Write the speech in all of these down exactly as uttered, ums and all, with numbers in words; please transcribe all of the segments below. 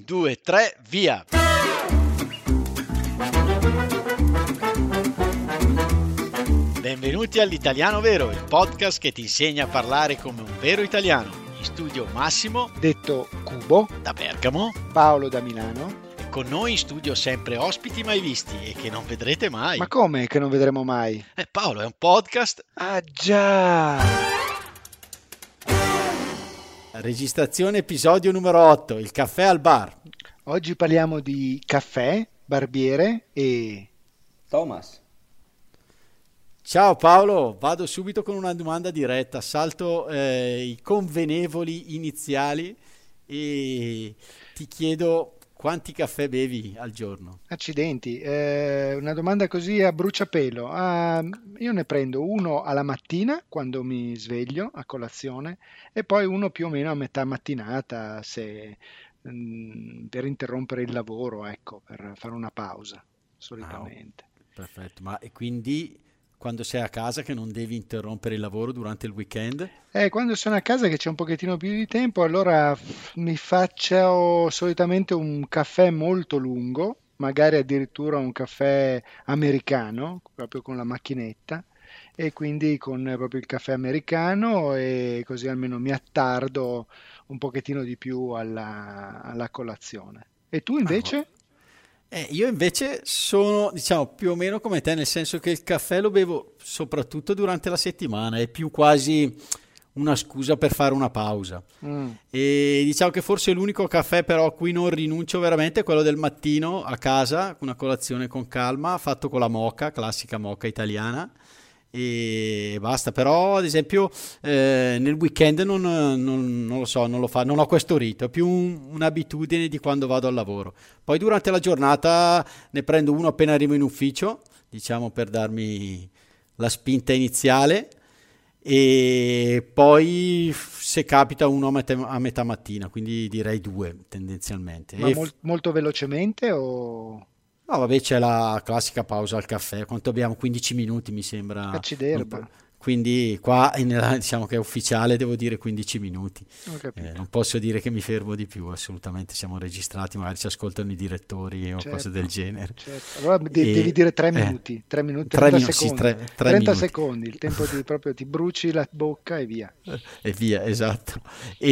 due, tre, via! Benvenuti all'Italiano Vero, il podcast che ti insegna a parlare come un vero italiano. In studio Massimo, detto Cubo, da Bergamo, Paolo da Milano. E con noi in studio sempre ospiti mai visti e che non vedrete mai. Ma come che non vedremo mai? Eh, Paolo, è un podcast. Ah già! Registrazione episodio numero otto, il caffè al bar. Oggi parliamo di caffè, barbiere e... Thomas. Ciao Paolo, vado subito con una domanda diretta, salto eh, i convenevoli iniziali e ti chiedo quanti caffè bevi al giorno? Accidenti, eh, una domanda così a bruciapelo. Ah, io ne prendo uno alla mattina quando mi sveglio a colazione e poi uno più o meno a metà mattinata se, mm, per interrompere il lavoro, ecco, per fare una pausa, solitamente. Ah, perfetto, ma e quindi quando sei a casa che non devi interrompere il lavoro durante il weekend? Eh, quando sono a casa che c'è un pochettino più di tempo, allora f- mi faccio solitamente un caffè molto lungo, magari addirittura un caffè americano, proprio con la macchinetta, e quindi con eh, proprio il caffè americano e così almeno mi attardo un pochettino di più alla, alla colazione. E tu Ah, invece? Eh, io invece sono, diciamo, più o meno come te, nel senso che il caffè lo bevo soprattutto durante la settimana, è più quasi una scusa per fare una pausa. Mm. E diciamo che forse l'unico caffè però a cui non rinuncio veramente è quello del mattino a casa, una colazione con calma, fatto con la moka, classica moka italiana. E basta, però ad esempio eh, nel weekend non, non- non lo so, non lo fa, non ho questo rito, è più un- un'abitudine di quando vado al lavoro. Poi durante la giornata ne prendo uno appena arrivo in ufficio, diciamo per darmi la spinta iniziale, e poi se capita uno a metà, a metà mattina, quindi direi due tendenzialmente. Ma E mol- molto velocemente o No, vabbè, c'è la classica pausa al caffè. Quanto abbiamo? quindici minuti, mi sembra. cacci Non po- d'erba? Quindi qua in- diciamo che è ufficiale, devo dire quindici minuti. Ho Eh, capito. non posso dire che mi fermo di più, assolutamente. Siamo registrati, magari ci ascoltano i direttori o cose del Certo, genere. certo. Allora de- devi E, dire tre eh, minuti, tre minuti, tre trenta minuti, sì, secondi, tre, tre trenta minuti. secondi, il tempo di proprio ti bruci la bocca e via. E via, esatto.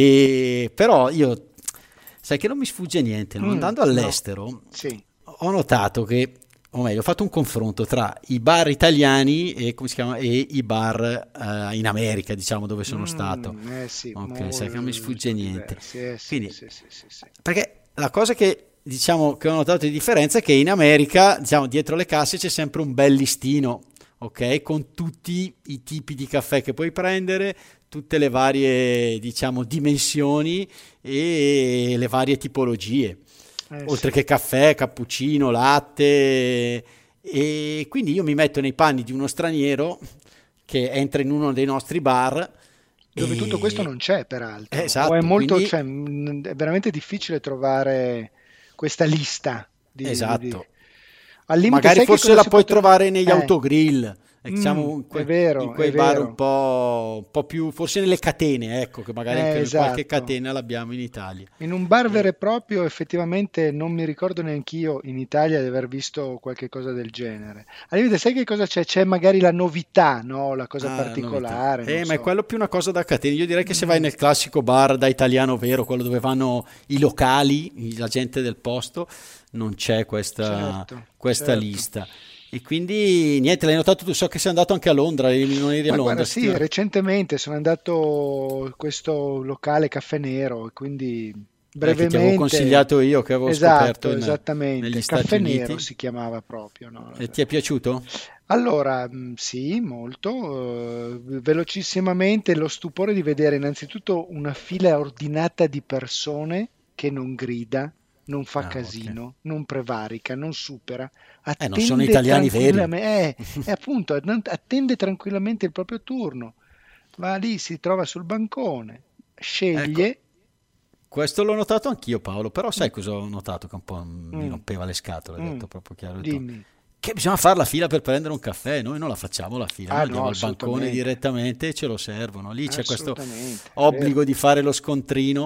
E, però io, sai che non mi sfugge niente, no? Mm, Andando no, all'estero sì. ho notato che, o meglio, ho fatto un confronto tra i bar italiani e, come si chiama, e i bar eh, in America, diciamo, dove sono stato. Mm, eh sì, Ok, sai che non mi sfugge molto niente. diversi. Eh sì, Quindi, sì, sì, sì, sì. perché la cosa che, diciamo, che ho notato di differenza è che in America, diciamo, dietro le casse c'è sempre un bel listino, ok, con tutti i tipi di caffè che puoi prendere, tutte le varie, diciamo, dimensioni e le varie tipologie, Eh oltre sì. che caffè, cappuccino, latte. E quindi io mi metto nei panni di uno straniero che entra in uno dei nostri bar Dove tutto questo e... non c'è, eh, peraltro, o è esatto, molto, quindi cioè, mm, è veramente difficile trovare questa lista di, di- di- esatto. Al limite, Magari sai che forse cosa la si puoi potrebbe... trovare negli Eh, autogrill, eh, mm, diciamo in, è que- in vero, è quei bar un vero. po', un po' più, forse nelle catene, ecco, che magari Eh, anche noi qualche esatto. catena l'abbiamo in Italia. In un bar vero Eh, e proprio, effettivamente non mi ricordo neanch'io in Italia di aver visto qualche cosa del genere. Al limite, sai che cosa c'è? C'è magari la novità, no? La cosa ah, novità. particolare, non Eh, ma è so. quello più una cosa da catena. Io direi che se vai Mm, nel classico bar da italiano vero, quello dove vanno i locali, i- la gente del posto, non c'è questa, certo, questa certo. lista. E quindi niente, l'hai notato tu, so che sei andato anche a Londra, eri- non eri a Ma guarda, Londra sì, settimana. recentemente sono andato in questo locale Caffè Nero e quindi Eh, che ti avevo brevemente, consigliato io, che avevo scoperto esatto, in- negli esattamente, Stati Caffè Nero Uniti. si chiamava proprio, no? E ti è piaciuto? Allora, mh, sì, molto. eh, velocissimamente lo stupore di vedere innanzitutto una fila ordinata di persone che non grida, non fa Ah, ok. casino, non prevarica, non supera, Eh, non sono attende italiani veri. tranquillamente, eh, e appunto, non- attende tranquillamente il proprio turno. Va lì, si trova sul bancone, Ecco, sceglie. questo l'ho notato anch'io, Paolo, però Mm, sai cosa ho notato che un po' mi mm, rompeva le scatole, ho mm, detto proprio chiaro e tondo. dimmi. Che bisogna fare la fila per prendere un caffè, noi non la facciamo la fila, Ah noi no, andiamo al bancone assolutamente, direttamente e ce lo servono. Lì c'è questo assolutamente, è vero. obbligo di fare lo scontrino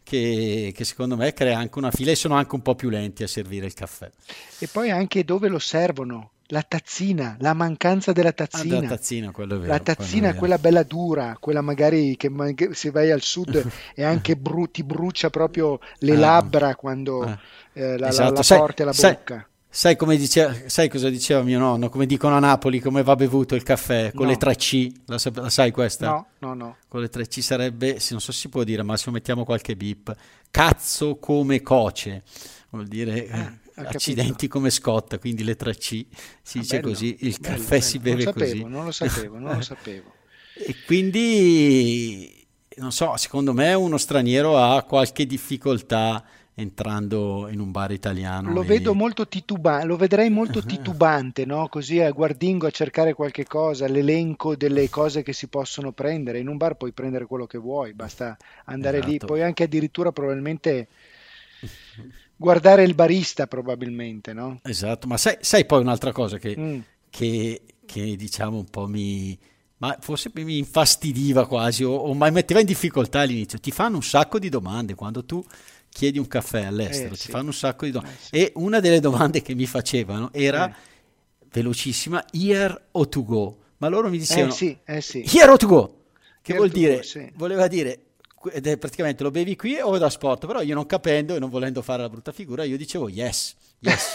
che, che secondo me crea anche una fila e sono anche un po' più lenti a servire il caffè. E poi anche dove lo servono, la tazzina, la mancanza della Ah, della tazzina. tazzina, quello è La vero, quello è tazzina, vero. quella bella dura, quella magari che ma- che se vai al sud e anche bru- ti brucia proprio le Ah, mm, labbra quando ah, eh, la, la- esatto, la sai, porti alla sai, bocca. sai come diceva, sai cosa diceva mio nonno? Come dicono a Napoli, come va bevuto il caffè? Con le No, tre C, la, sap- la sai questa? no, no, no. Con le tre C sarebbe, se non so se si può dire, ma se mettiamo qualche bip, cazzo come coce, vuol dire Ah, eh, ho capito. accidenti come scotta, quindi le tre C si Ah, dice bello, così, il bello, caffè si bello. Non lo beve sapevo, così. non lo sapevo, non lo sapevo. E quindi, non so, secondo me uno straniero ha qualche difficoltà entrando in un bar italiano Lo vedo e... molto titubante, lo vedrei molto titubante, no? Così a guardingo a cercare qualche cosa, l'elenco delle cose che si possono prendere. In un bar puoi prendere quello che vuoi, basta andare lì. Esatto. Puoi anche addirittura probabilmente guardare il barista, probabilmente, no? Esatto, ma sai, sai poi un'altra cosa che, Mm, che- che, diciamo un po' mi, ma forse mi infastidiva quasi o, o mi metteva in difficoltà all'inizio. Ti fanno un sacco di domande quando tu chiedi un caffè eh all'estero, ti sì, fanno un sacco di domande. eh sì. E una delle domande che mi facevano era Eh, velocissima, here o to go? Ma loro mi eh dicevano sì, eh sì. here o to go, che Here vuol to go, dire, sì. voleva dire, ed è praticamente lo bevi qui o da sport, però io non capendo e non volendo fare la brutta figura, io dicevo yes, yes.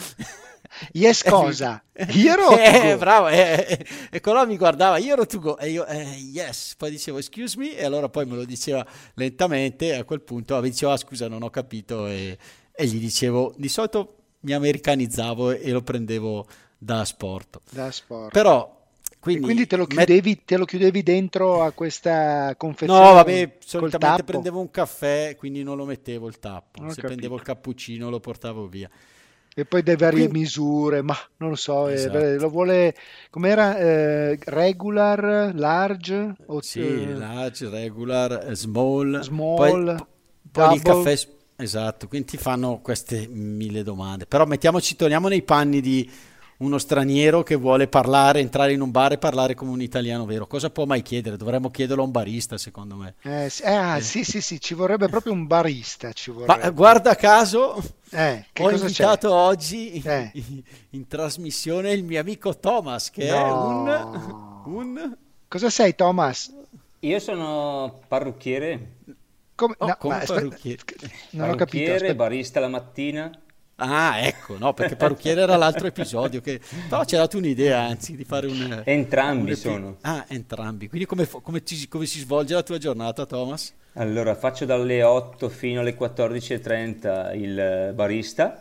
Yes, E mi- cosa? Here o to eh, go? bravo, eh, e coloro mi guardava, io ero to go, e io, eh, yes, poi dicevo excuse me, e allora poi me lo diceva lentamente, e a quel punto mi diceva, "Ah, scusa, non ho capito, e, e gli dicevo, di solito mi americanizzavo e lo prendevo da sport. Da sport. Però, E quindi quindi, te lo met- chiudevi, te lo chiudevi dentro a questa no, confezione con, vabbè, col solitamente tappo? prendevo un caffè, quindi non lo mettevo il tappo, Non ho se prendevo il capito. cappuccino lo portavo via. E poi delle E varie quindi, misure, ma non lo so, eh, beh, esatto. lo vuole, com'era? Eh, regular, large, o, Sì, eh, large, regular, eh, small, poi, small, po- poi il double? caffè, s- esatto, quindi ti fanno queste mille domande. Però mettiamoci, torniamo nei panni di uno straniero che vuole parlare, entrare in un bar e parlare come un italiano vero. Cosa può mai chiedere? Dovremmo chiederlo a un barista, secondo me. Eh, sì, ah, Eh. sì, sì, sì, ci vorrebbe proprio un barista, ci Ma eh, vorrebbe. guarda caso, Eh, che ho cosa c'è? invitato oggi Eh, in, in trasmissione il mio amico Thomas, che è un, no. un... Cosa sei, Thomas? Io sono parrucchiere, Come? Oh, No, ma come aspetta, parrucchiere. non ho capito, parrucchiere, aspetta. barista la mattina. Ah, ecco, no, perché parrucchiere era l'altro episodio che... Però ci ha dato un'idea, anzi, di fare un, un Entrambi epi- sono. Ah, entrambi. Quindi come, fo- come, ci- come si svolge la tua giornata, Thomas? Allora, faccio dalle otto fino alle quattordici e trenta il eh, barista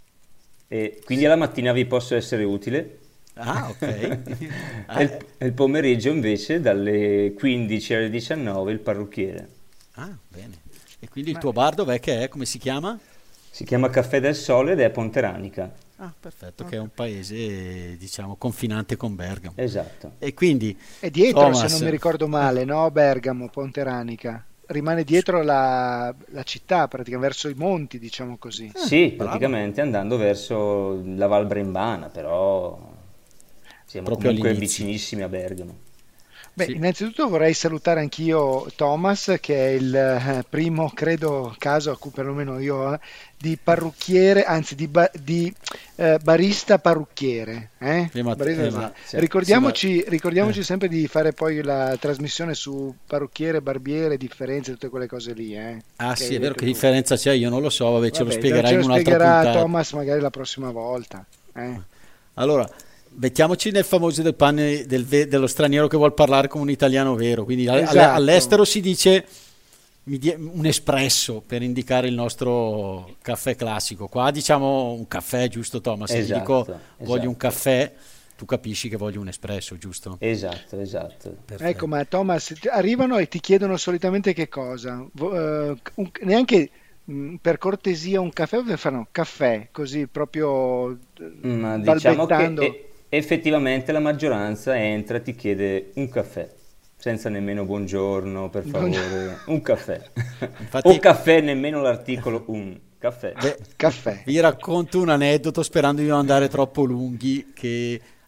e quindi alla mattina vi posso essere utile. Ah, ok. E Ah, il, e il pomeriggio invece dalle quindici alle diciannove il parrucchiere. ah, bene. E quindi il Ma tuo bar dov'è che è? Come si chiama? Si chiama Caffè del Sole ed è a Ponteranica. Ah, perfetto, ho che è un capito. paese, diciamo, confinante con Bergamo. Esatto. E quindi, È dietro, se non Thomas, mi ricordo male, no? Bergamo, Ponteranica. Rimane dietro la, la città, praticamente verso i monti, diciamo così. ah, Sì, bravo, praticamente andando verso la Val Brembana, però siamo proprio comunque all'inizio. vicinissimi a Bergamo. Beh, Sì. innanzitutto vorrei salutare anch'io Thomas, che è il eh, primo, credo, caso a cui perlomeno io, eh, di parrucchiere, anzi di, ba- di, eh, barista parrucchiere. Eh? Prima, Barista- eh, sì. ma, Sì. sì, ma, Ricordiamoci, ricordiamoci eh. sempre di fare poi la trasmissione su parrucchiere, barbiere, differenze, tutte quelle cose lì, eh, Ah, che sì, hai è vero detto che tu. differenza c'è, io non lo so, vabbè, ce lo Vabbè, dai, spiegherai ce in lo un'altra spiegherà puntata. Thomas magari la prossima volta. Eh? Allora, mettiamoci nel famoso del pane del ve- dello straniero che vuol parlare come un italiano vero, quindi a- alle- Esatto. all'estero si dice mi die- un espresso per indicare il nostro caffè classico. Qua diciamo un caffè, giusto Thomas? Se gli dico Esatto, voglio un esatto, caffè, tu capisci che voglio un espresso, giusto? esatto, esatto. Ecco, Perfetto. ma Thomas, ti- arrivano e ti chiedono solitamente che cosa? Vo- eh, un- neanche mh, per cortesia un caffè, o fanno caffè, così proprio eh, Ma diciamo che balbettando. e- effettivamente la maggioranza entra e ti chiede un caffè, senza nemmeno buongiorno, per Buongiorno. favore, un caffè. O Infatti, caffè, nemmeno l'articolo un caffè. beh, Caffè. vi racconto un aneddoto sperando di non andare troppo lunghi, che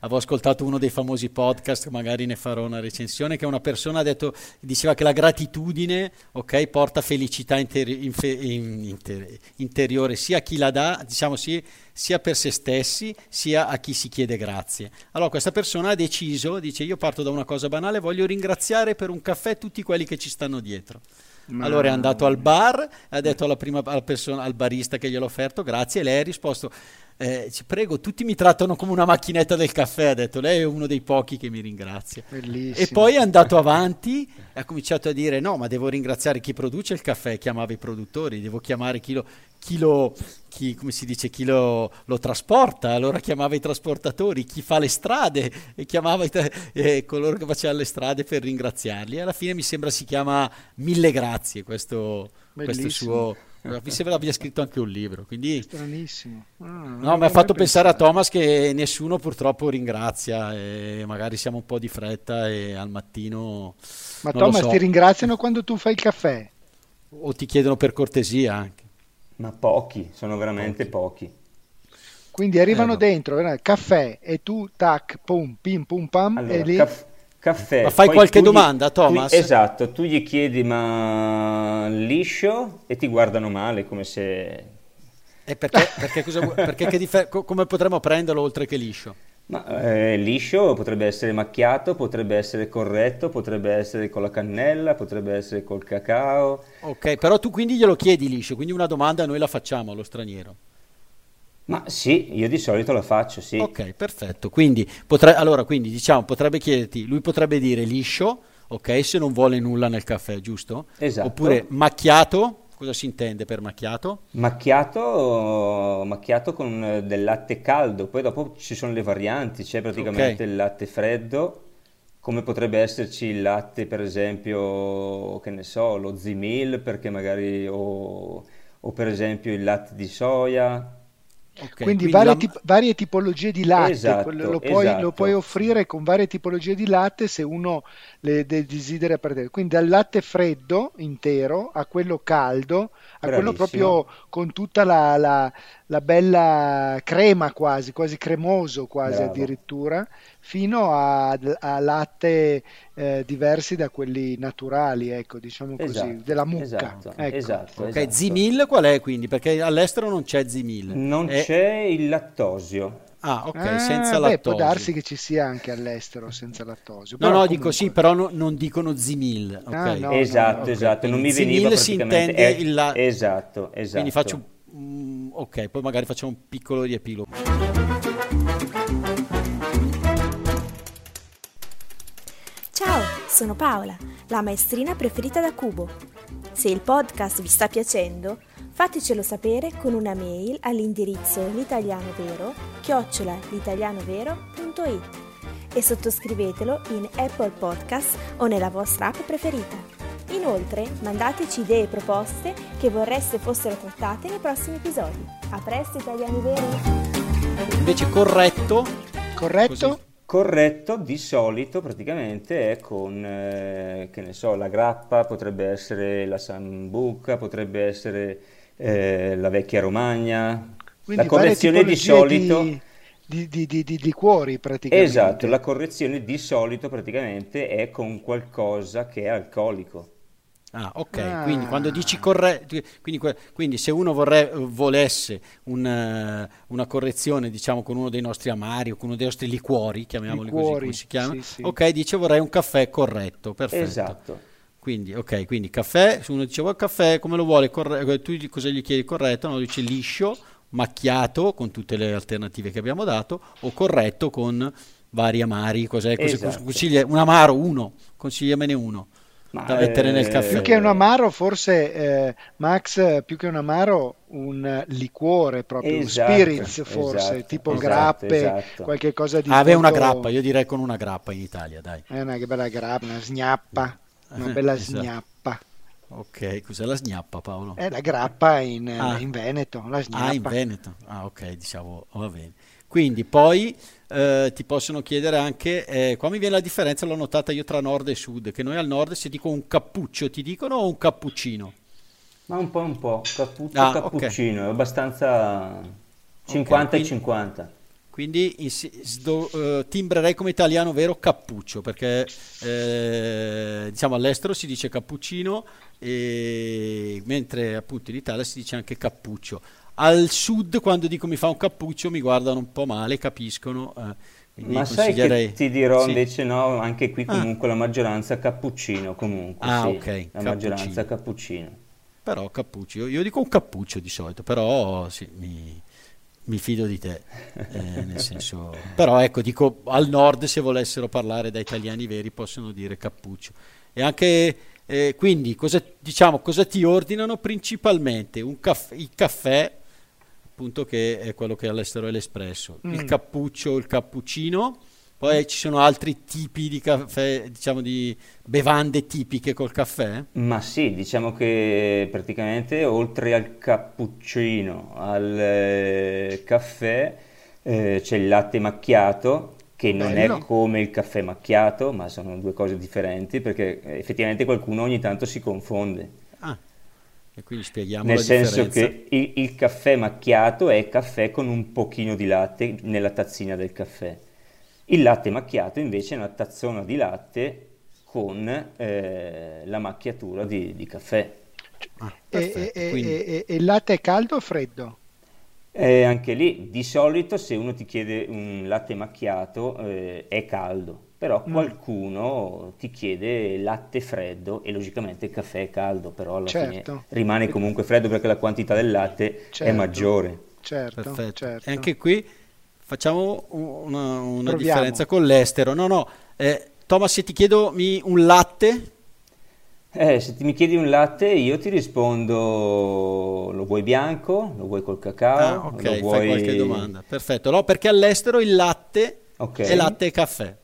avevo ascoltato uno dei famosi podcast, magari ne farò una recensione, che una persona ha detto, diceva che la gratitudine, ok, porta felicità interi- infe- in- inter- interiore sia a chi la dà, diciamo sì, sia per se stessi, sia a chi si chiede grazie. Allora questa persona ha deciso, dice io parto da una cosa banale, voglio ringraziare per un caffè tutti quelli che ci stanno dietro. Ma... Allora è andato al bar, ha detto alla prima alla persona, al barista che gliel'ho offerto grazie, e lei ha risposto eh, ci prego, tutti mi trattano come una macchinetta del caffè, ha detto, lei è uno dei pochi che mi ringrazia. Bellissimo. E poi è andato avanti e ha cominciato a dire no, ma devo ringraziare chi produce il caffè, chiamava i produttori, devo chiamare chi lo, chi lo chi, come si dice, chi lo, lo trasporta, allora chiamava i trasportatori, chi fa le strade e chiamava i tra- eh, coloro che facevano le strade per ringraziarli. Alla fine mi sembra si chiama Mille Grazie, questo, questo suo, mi sembra abbia scritto anche un libro, quindi Stranissimo. Ah, no, mi ha fatto pensare a Thomas che nessuno purtroppo ringrazia e magari siamo un po' di fretta e al mattino Ma non lo Thomas so, ti ringraziano quando tu fai il caffè? o ti chiedono per cortesia anche. Ma pochi, sono veramente pochi. Quindi arrivano Eh, no. dentro, eh, caffè, e tu tac, pum, pim, pum, pam, Allora, e lì... caff- caffè. Ma fai poi qualche tu gli- domanda, tu- Thomas? esatto, tu gli chiedi ma liscio e ti guardano male come se... E perché, perché, cosa, vuoi- perché che differ- co- come potremmo prenderlo oltre che liscio? Ma eh, liscio potrebbe essere macchiato, potrebbe essere corretto, potrebbe essere con la cannella, potrebbe essere col cacao. Ok, però tu quindi glielo chiedi liscio, quindi una domanda noi la facciamo allo straniero. Ma sì, io di solito la faccio, sì. Ok, perfetto. Quindi, potre- allora, quindi diciamo, potrebbe chiederti, lui potrebbe dire liscio, ok, se non vuole nulla nel caffè, giusto? Esatto. Oppure macchiato, cosa si intende per macchiato? Macchiato, macchiato con eh, del latte caldo, poi dopo ci sono le varianti, c'è praticamente Ok. il latte freddo, come potrebbe esserci il latte, per esempio, che ne so, lo Zimil, perché magari, o, o per esempio il latte di soia. Ok, Quindi quindi varie, la- tip- varie tipologie di latte, quello- Esatto, lo puoi, lo puoi esatto. offrire con varie tipologie di latte se uno le, le desidera perdere. Quindi dal latte freddo intero a quello caldo, a quello Bravissimo. proprio con tutta la, la- la bella crema quasi, quasi cremoso quasi Bravo. addirittura, fino a, a latte eh, diversi da quelli naturali, ecco, diciamo così, Esatto, della mucca. esatto, Ecco. esatto, ok, esatto. Zimil qual è quindi? Perché all'estero non c'è Zimil. Non È- c'è il lattosio. Ah, ok, Ah, senza beh, può lattosio. darsi che ci sia anche all'estero senza lattosio, No, però no, dico sì, comunque. però no- non dicono Zimil, ok? Ah, no, no, Esatto, no. esatto, non Quindi mi veniva Zimil si praticamente. intende è- il la- Esatto, Quindi faccio esatto. un- mm, ok, poi magari facciamo un piccolo riepilogo. Ciao, sono Paola, la maestrina preferita da Cubo. Se il podcast vi sta piacendo, fatecelo sapere con una mail all'indirizzo l'italianovero chiocciola l'italianovero.it e sottoscrivetelo in Apple Podcast o nella vostra app preferita. Inoltre, mandateci idee e proposte che vorreste fossero trattate nei prossimi episodi. A presto, italiani veri! Invece corretto, Corretto? così. Corretto, di solito praticamente è con, eh, che ne so, la grappa, potrebbe essere la sambuca, potrebbe essere eh, la vecchia romagna. Quindi La varie correzione di tipologie solito, di, di, di, di, di liquori praticamente. esatto, la correzione di solito praticamente è con qualcosa che è alcolico. Ah, ok, Ah. quindi quando dici corretto, quindi, que- quindi se uno vorre- volesse un, eh, una correzione, diciamo, con uno dei nostri amari o con uno dei nostri liquori, chiamiamoli così, Liquori, come si chiama? sì, sì. Ok, dice vorrei un caffè corretto, perfetto. Esatto. Quindi, ok, quindi caffè, se uno dice vuoi il caffè, come lo vuole, corre- tu gli- cosa gli chiedi corretto? No, dice liscio, macchiato, con tutte le alternative che abbiamo dato, o corretto con vari amari, cos'è? Cos'è- Esatto. consiglia- un amaro, uno, consigliamene uno Ma, da mettere nel eh, caffè. Più che un amaro, forse, eh, Max, più che un amaro, un liquore proprio, un Esatto, spirits forse, esatto, tipo esatto, grappe, esatto. qualche cosa di Ah, aveva una molto- grappa, io direi con una grappa in Italia, dai. È una che bella grappa, una sgnappa, una bella Esatto. sgnappa. Ok, cos'è la sgnappa, Paolo? È la grappa in, Ah. in Veneto, la Ah, in sgnappa. Veneto. Ah, ok, diciamo, va bene. Quindi poi eh, ti possono chiedere anche, eh, qua mi viene la differenza, l'ho notata io tra nord e sud, che noi al nord se dico un cappuccio ti dicono o un cappuccino? Ma un po' un po', cappuccio, Ah, ok. cappuccino, è abbastanza cinquanta e quindi- cinquanta. Quindi ins- sdo- eh, timbrerei come italiano vero cappuccio, perché eh, diciamo all'estero si dice cappuccino, e, mentre appunto in Italia si dice anche cappuccio. Al sud quando dico mi fa un cappuccio mi guardano un po' male, capiscono, eh, quindi Ma sai che consiglierei... ti dirò Sì. invece no, anche qui Ah, comunque la maggioranza cappuccino, comunque ah, sì, ok, la maggioranza cappuccino. cappuccino. Però cappuccio, io, io dico un cappuccio di solito, però sì, mi, mi fido di te, eh, nel senso... Però ecco, dico al nord se volessero parlare da italiani veri possono dire cappuccio. E anche, eh, quindi, cosa, diciamo, cosa ti ordinano principalmente? Un caff- il caffè, appunto che è quello che all'estero è l'espresso, il Mm. cappuccio, il cappuccino, poi ci sono altri tipi di caffè, diciamo di bevande tipiche col caffè? Ma sì, diciamo che praticamente oltre al cappuccino, al eh, caffè, eh, c'è il latte macchiato, che non è Bello. come il caffè macchiato, ma sono due cose differenti, perché eh, effettivamente qualcuno ogni tanto si confonde. Ah, e quindi spieghiamo Nel la senso differenza. che il, il caffè macchiato è caffè con un pochino di latte nella tazzina del caffè. Il latte macchiato invece è una tazzona di latte con eh, la macchiatura di, di caffè. Ah, E, e- perfetto, e- quindi e- e il latte è caldo o freddo? E anche lì, di solito, se uno ti chiede un latte macchiato, eh, è caldo, però Mm, qualcuno ti chiede latte freddo e logicamente il caffè è caldo, però alla fine certo, rimane E- comunque freddo perché la quantità del latte è certo, maggiore. certo, perfetto. E certo. anche qui facciamo una, una differenza Proviamo. con l'estero. No, no, eh, Thomas, se ti chiedo mi- un latte, Eh, se ti mi chiedi un latte, io ti rispondo: lo vuoi bianco? Lo vuoi col ah, cacao? Lo ok, fai qualche vuoi... domanda. Perfetto, no, perché all'estero il latte Ok. è latte e caffè.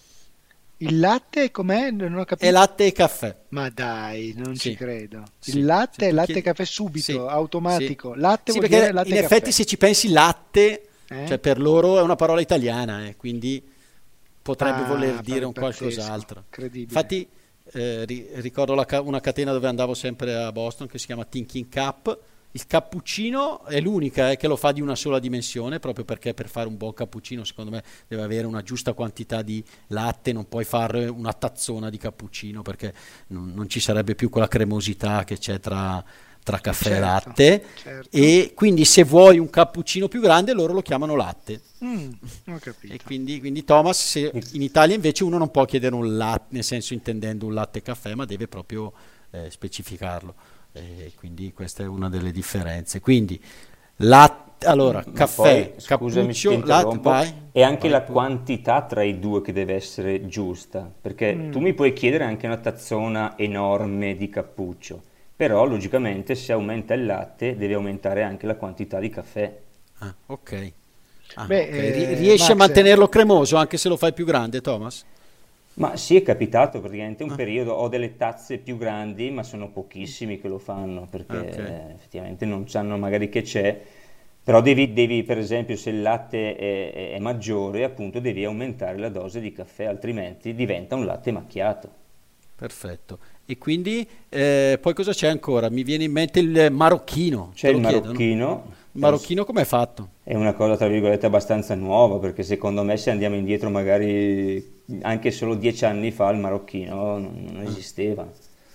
Il latte com'è? Non ho È capito. latte e caffè. Ma dai, non ci Sì, credo. Il sì. Se latte è tu latte e chiedi... caffè Sì, subito, sì. automatico. Latte Sì, vuol dire perché latte in e effetti caffè. se ci pensi latte, Eh? cioè per loro è una parola italiana, eh, quindi potrebbe voler Ah, dire pa- un pazzesco, qualcos'altro. incredibile. Infatti eh, ri- ricordo la ca- una catena dove andavo sempre a Boston che si chiama Thinking Cap. Il cappuccino è l'unica eh, che lo fa di una sola dimensione, proprio perché per fare un buon cappuccino, secondo me, deve avere una giusta quantità di latte, non puoi fare una tazzona di cappuccino perché non, non ci sarebbe più quella cremosità che c'è tra, tra caffè e Certo, latte. certo. E quindi se vuoi un cappuccino più grande, loro lo chiamano latte. Mm, ho E capito. quindi, quindi Thomas, se in Italia invece uno non può chiedere un latte, nel senso intendendo un latte e caffè, ma deve proprio eh, specificarlo. E quindi questa è una delle differenze. Quindi latte, allora, Ma poi, caffè, scusami se ti cappuccio, latte, interrompo, vai, è anche vai la pure. quantità tra i due che deve essere giusta, perché tu Mm, mi puoi chiedere anche una tazzona enorme di cappuccio, però logicamente se aumenta il latte deve aumentare anche la quantità di caffè. Ah, ok. Ah, Beh, ok. Ri- eh, riesci a Max, mantenerlo cremoso anche se lo fai più grande, Thomas? Ma sì, è capitato praticamente un Ah, periodo, ho delle tazze più grandi, ma sono pochissimi che lo fanno, ah, perché ok. eh, effettivamente non sanno magari che c'è, però devi, devi, per esempio, se il latte è, è- è maggiore, appunto devi aumentare la dose di caffè, altrimenti diventa un latte macchiato. Perfetto. E quindi eh, poi cosa c'è ancora? Mi viene in mente il marocchino, C'è te il lo chiedono? marocchino, Il che è un- marocchino com'è fatto? è una cosa tra virgolette abbastanza nuova, perché secondo me se andiamo indietro magari anche solo dieci anni fa il marocchino non, non Ah, esisteva.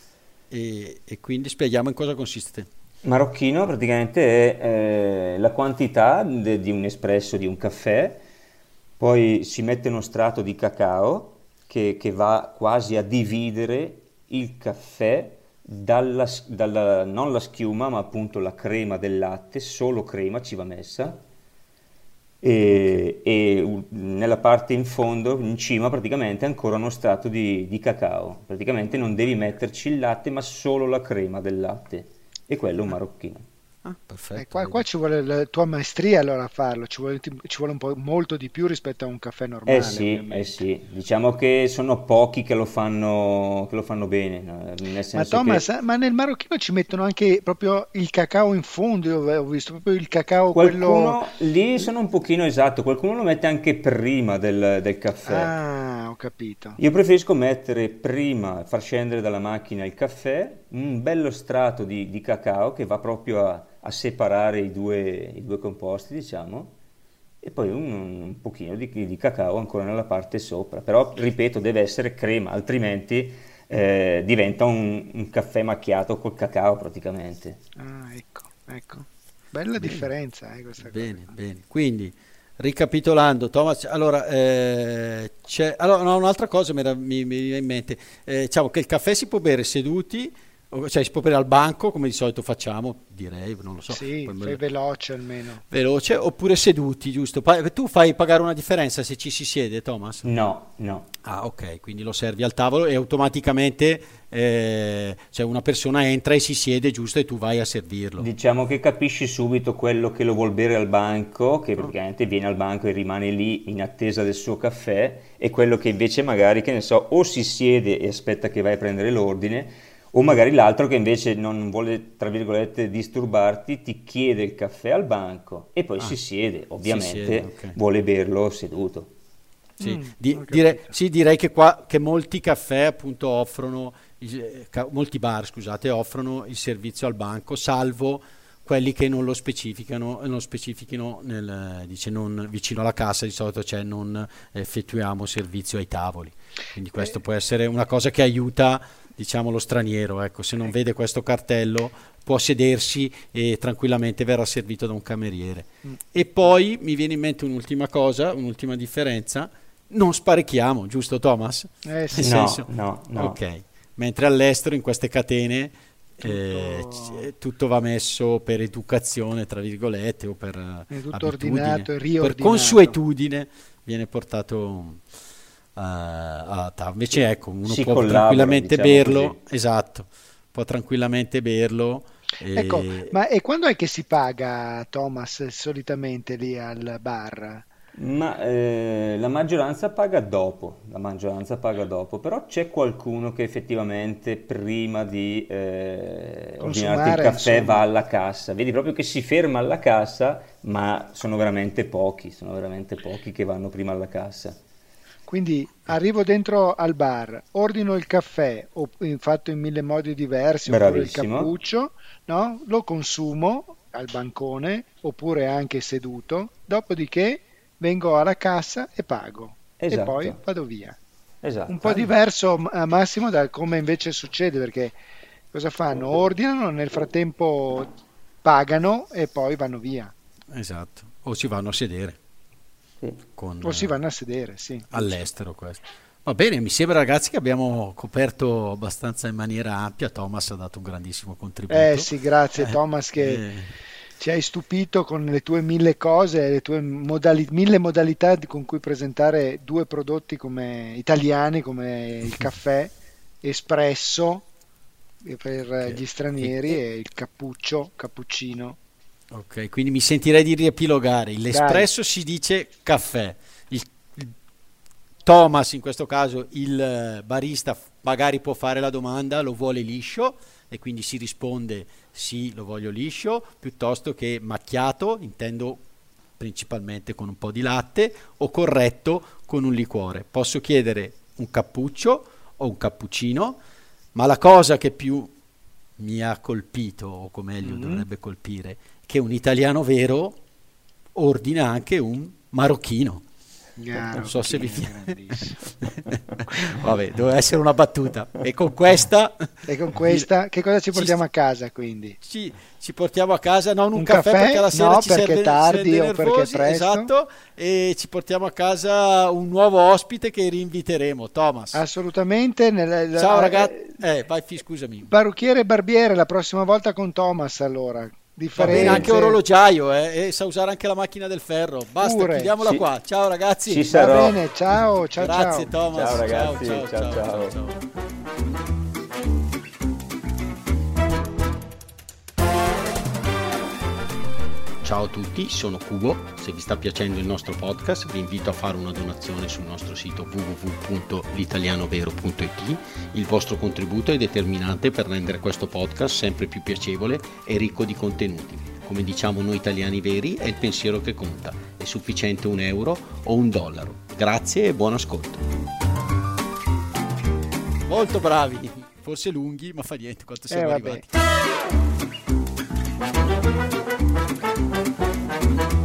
e, e quindi spieghiamo in cosa consiste. Marocchino praticamente è eh, la quantità de- di un espresso di un caffè, poi si mette uno strato di cacao che, che va quasi a dividere il caffè dalla, s- dalla- non la schiuma, ma appunto la crema del latte, solo crema ci va messa, Ok, e, e u- nella parte in fondo, in cima praticamente ancora uno strato di, di cacao. Praticamente non devi metterci il latte, ma solo la crema del latte. E quello è un ah, marocchino. ah, eh, perfetto, qua, qua vedi. ci vuole la tua maestria allora a farlo, ci vuole, ti- ci vuole un po' molto di più rispetto a un caffè Eh normale, sì, eh ovviamente. sì, diciamo che sono pochi che lo fanno, che lo fanno bene, no? Nel Ma senso Thomas, che eh, ma nel marocchino ci mettono anche proprio il cacao in fondo, io ho visto proprio il cacao, quello... qualcuno lì sono un pochino esatto, qualcuno lo mette anche prima del, del caffè. Ah, ho capito. Io preferisco mettere prima, far scendere dalla macchina il caffè, un bello strato di, di cacao che va proprio a, a separare i due, i due composti, diciamo, e poi un, un pochino di, di cacao ancora nella parte sopra, però ripeto deve essere crema, altrimenti eh, diventa un, un caffè macchiato col cacao praticamente. Ah, ecco, ecco. Bella Bene. differenza, eh, questa Bene, cosa. bene. Quindi, ricapitolando, Thomas, allora, eh, c'è, allora no, un'altra cosa mi, era- mi, mi viene in mente, eh, diciamo che il caffè si può bere seduti, o- cioè si può bere al banco, come di solito facciamo, direi, non lo so, Sì, poi me fai lo- veloce almeno. veloce, oppure seduti, giusto? Pa- tu fai pagare una differenza se ci si siede, Thomas? No, no. Ah, ok, quindi lo servi al tavolo e automaticamente eh, cioè una persona entra e si siede, giusto, e tu vai a servirlo. Diciamo che capisci subito quello che lo vuol bere al banco, che praticamente viene al banco e rimane lì in attesa del suo caffè, e quello che invece magari, che ne so, o si siede e aspetta che vai a prendere l'ordine, o magari l'altro che invece non vuole, tra virgolette, disturbarti, ti chiede il caffè al banco e poi Ah, si siede, ovviamente siede, ok. vuole berlo seduto. Sì, Mm, di- ho dire- capito. sì, direi che qua che molti caffè appunto offrono, il- eh, ca- molti bar, scusate, offrono il servizio al banco, salvo quelli che non lo specificano, non specifichino nel, dice non vicino alla cassa, di solito c'è non effettuiamo servizio ai tavoli. Quindi questo Eh, può essere una cosa che aiuta, diciamo, lo straniero, ecco, se non eh, vede questo cartello può sedersi e tranquillamente verrà servito da un cameriere. mm. E poi mi viene in mente un'ultima cosa, un'ultima differenza, non sparecchiamo, giusto Thomas? Eh Nel sì, No, senso, no, no. ok, mentre all'estero in queste catene eh, tutto, c- tutto va messo per educazione, tra virgolette, o per eh, è tutto abitudine, ordinato e per riordinato. consuetudine viene portato eh, a tavola. Invece ecco, uno Si può collabora, tranquillamente diciamo berlo, così. esatto, può tranquillamente berlo Ecco, e ma e quando è che si paga, Thomas, solitamente lì al bar? Ma eh, la maggioranza paga dopo, la maggioranza paga dopo, però c'è qualcuno che effettivamente prima di eh, ordinarti il Consumare, caffè va insomma. alla cassa, vedi proprio che si ferma alla cassa, ma sono veramente pochi, sono veramente pochi che vanno prima alla cassa. Quindi arrivo dentro al bar, ordino il caffè, o in- fatto in mille modi diversi, oppure il Bravissimo, cappuccio, no? Lo consumo al bancone, oppure anche seduto, dopodiché vengo alla cassa e pago, e poi esatto, vado via. Un po' esatto. diverso, m- a Massimo, da come invece succede, perché cosa fanno? Ordinano, nel frattempo pagano e poi vanno via, esatto, o si vanno a sedere Sì. con, o si eh, vanno a sedere, sì, giusto. all'estero questo. Va bene, mi sembra ragazzi che abbiamo coperto abbastanza in maniera ampia. Thomas ha dato un grandissimo Eh contributo. sì, grazie Eh, Thomas che eh, ci hai stupito con le tue mille cose, le tue modali- mille modalità di- con cui presentare due prodotti come italiani, come il caffè espresso eh, per che- gli e- stranieri e- e il cappuccio, cappuccino. ok, quindi mi sentirei di riepilogare. Dai, L'espresso si dice caffè. Il, il Thomas, in questo caso, il eh, barista, f- magari può fare la domanda, lo vuole liscio, e quindi si risponde sì, lo voglio liscio, piuttosto che macchiato, intendo principalmente con un po' di latte, o corretto con un liquore. Posso chiedere un cappuccio o un cappuccino, ma la cosa che più mi ha colpito, o come meglio mm, dovrebbe colpire, che un italiano vero ordina anche un marocchino. Non so se vi marocchino, fia- grandissimo. Vabbè, doveva essere una battuta. E con questa E con vi- questa, che cosa ci ci, portiamo a casa quindi? ci- ci portiamo a casa, non un Un caffè perché caffè? alla sera No, ci perché serve, tardi serve o perché nervosi, presto? esatto, e ci portiamo a casa un nuovo ospite che rinviteremo, Thomas. Assolutamente. Nel, Ciao la- ragazzi, eh, eh, vai, fi- scusami. parrucchiere e barbiere la prossima volta con Thomas allora. Va bene, anche Differenze orologiaio, eh, e sa usare anche la macchina del ferro. Basta, pure. chiudiamola Ci, qua. Ciao ragazzi. ci Va sarò. bene, ciao, ciao, Grazie ciao. Thomas. Ciao Ciao, ragazzi, ciao, ciao ciao, ciao, ciao. ciao. Ciao a tutti, sono Cubo. Se vi sta piacendo il nostro podcast, vi invito a fare una donazione sul nostro sito w w w punto l'italianovero punto i t. Il vostro contributo è determinante per rendere questo podcast sempre più piacevole e ricco di contenuti. Come diciamo noi italiani veri, è il pensiero che conta. È sufficiente un euro o un dollaro. Grazie e buon ascolto. Molto bravi, forse lunghi, ma fa niente, quanto Eh, siamo vabbè. arrivati.